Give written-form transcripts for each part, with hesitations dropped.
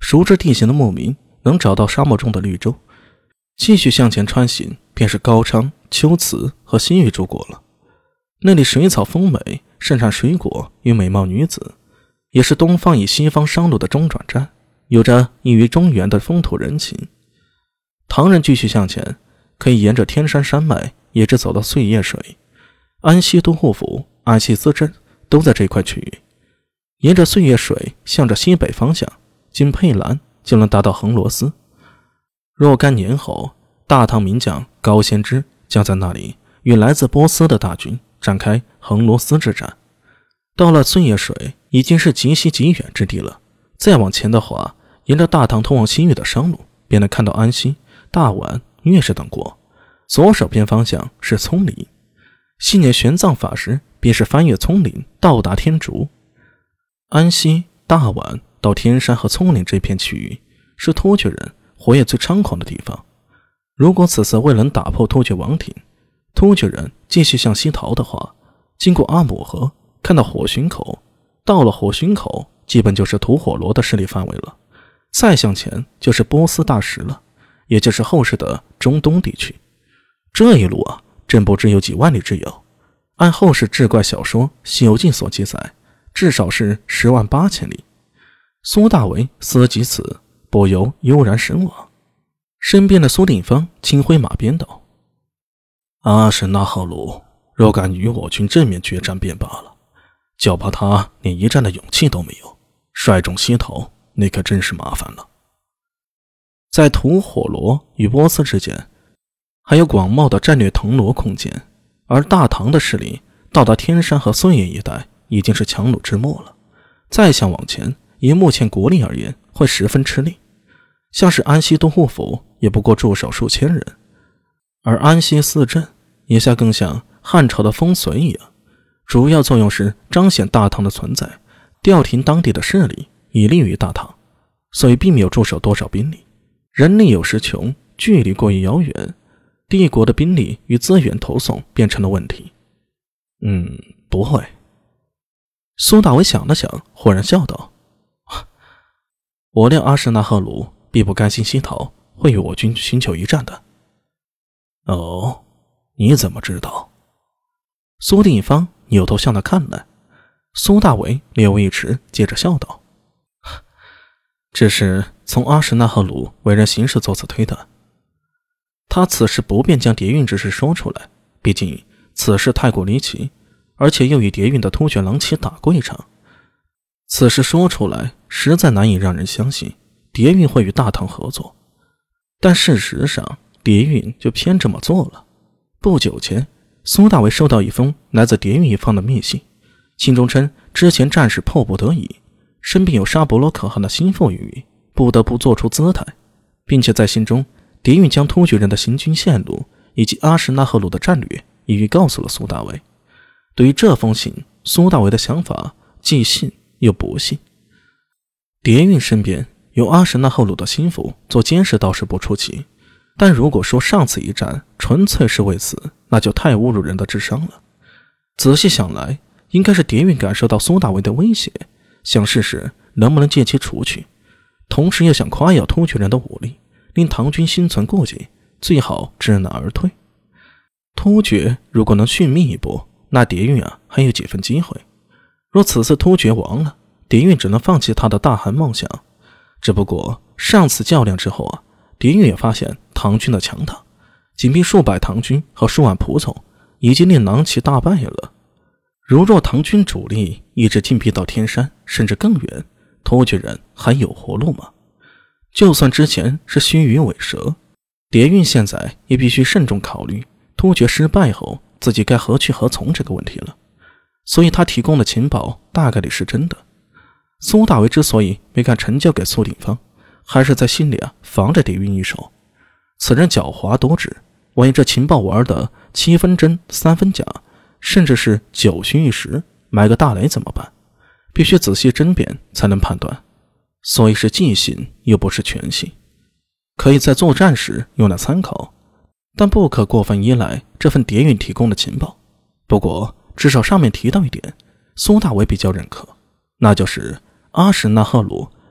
熟知地形的牧民能找到沙漠中的绿洲，继续向前穿行，便是高昌、秋瓷和西域诸国了。那里水草丰美，盛产水果与美貌女子，也是东方与西方商路的中转站，有着异于中原的风土人情。唐人继续向前，可以沿着天山山脉一直走到碎叶水，安西都护府、安西司镇都在这块区域。沿着碎叶水向着西北方向，经佩兰就能达到横罗斯。若干年后，大唐名将高仙芝将在那里与来自波斯的大军展开横罗斯之战。到了碎叶水已经是极西极远之地了，再往前的话，沿着大唐通往西域的商路便能看到安西、大宛、岳氏等国。左手边方向是葱岭，昔年玄奘法师便是翻越葱岭到达天竺。安西、大宛到天山和葱岭这片区域是突厥人活跃最猖狂的地方。如果此次未能打破突厥王庭，突厥人继续向西逃的话，经过阿姆河看到火寻口，到了火寻口基本就是吐火罗的势力范围了，再向前就是波斯大食了，也就是后世的中东地区。这一路啊，真不知有几万里之遥，按后世志怪小说《西游记》所记载，至少是108000里。苏大为思及此，不由悠然神往。身边的苏定方轻挥马鞭道：阿什纳赫鲁若敢与我军正面决战便罢了，就怕他连一战的勇气都没有，率众西逃，那可真是麻烦了。在吐火罗与波斯之间还有广袤的战略腾挪空间，而大唐的势力到达天山和碎叶一带已经是强弩之末了，再向往前以目前国力而言会十分吃力。像是安西都护府也不过驻守数千人，而安西四镇眼下更像汉朝的风随一样，主要作用是彰显大唐的存在，调停当地的势力，以利于大唐，所以并没有驻守多少兵力。人力有时穷，距离过于遥远，帝国的兵力与资源投送变成了问题。不会。苏大为想了想，忽然笑道：我料阿什纳赫鲁必不甘心西逃，会与我军寻求一战的。哦，你怎么知道？苏定方扭头向他看来。苏大为略微一迟，接着笑道：这是从阿什纳赫鲁为人行事做此推断。他此时不便将谍运之事说出来，毕竟此事太过离奇，而且又与谍运的突厥狼骑打过一场。此事说出来实在难以让人相信谍运会与大唐合作，但事实上谍运就偏这么做了。不久前，苏大为收到一封来自谍运一方的密信，信中称之前战事迫不得已，身边有沙伯罗可汗的心腹于不得不做出姿态，并且在信中谍运将突厥人的行军线路以及阿什纳赫鲁的战略一一告诉了苏大为。对于这封信，苏大为的想法既信又不信。谍运身边有阿什纳赫鲁的心腹做监视倒是不出奇，但如果说上次一战纯粹是为此，那就太侮辱人的智商了。仔细想来，应该是谍运感受到苏大为的威胁，想试试能不能借其除去，同时又想夸耀突厥人的武力，令唐军心存顾忌，最好知难而退。突厥如果能殉命一波，那谍运还有几分机会。若此次突厥亡了，谍运只能放弃他的大汗梦想。只不过上次较量之后谍运也发现唐军的强大，仅凭数百唐军和数万仆从已经令狼骑大败了。如若唐军主力一直进逼到天山甚至更远，突厥人还有活路吗？就算之前是须臾尾蛇，谍运现在也必须慎重考虑突厥失败后自己该何去何从这个问题了。所以他提供的情报大概率是真的。苏大为之所以没敢呈交给苏定方，还是在心里防着谍运一手。此人狡猾多智，万一这情报玩的7分真3分假，甚至是9虚1实，埋个大雷怎么办？必须仔细甄别才能判断。所以是既信又不是全信，可以在作战时用来参考，但不可过分依赖这份谍运提供的情报。不过至少上面提到一点，苏大为比较认可，那就是阿什纳赫鲁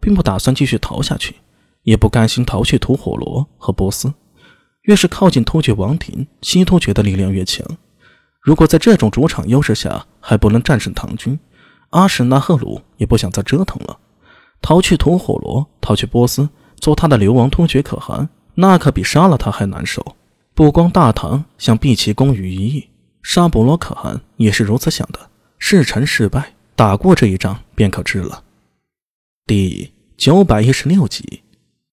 并不打算继续逃下去，也不甘心逃去吐火罗和波斯。越是靠近突厥王庭，西突厥的力量越强。如果在这种主场优势下还不能战胜唐军，阿史那赫鲁也不想再折腾了。逃去吐火罗，逃去波斯，做他的流亡突厥可汗，那可比杀了他还难受。不光大唐想避其功于一役，沙伯罗可汗也是如此想的。事成事败，打过这一仗便可知了。第916集。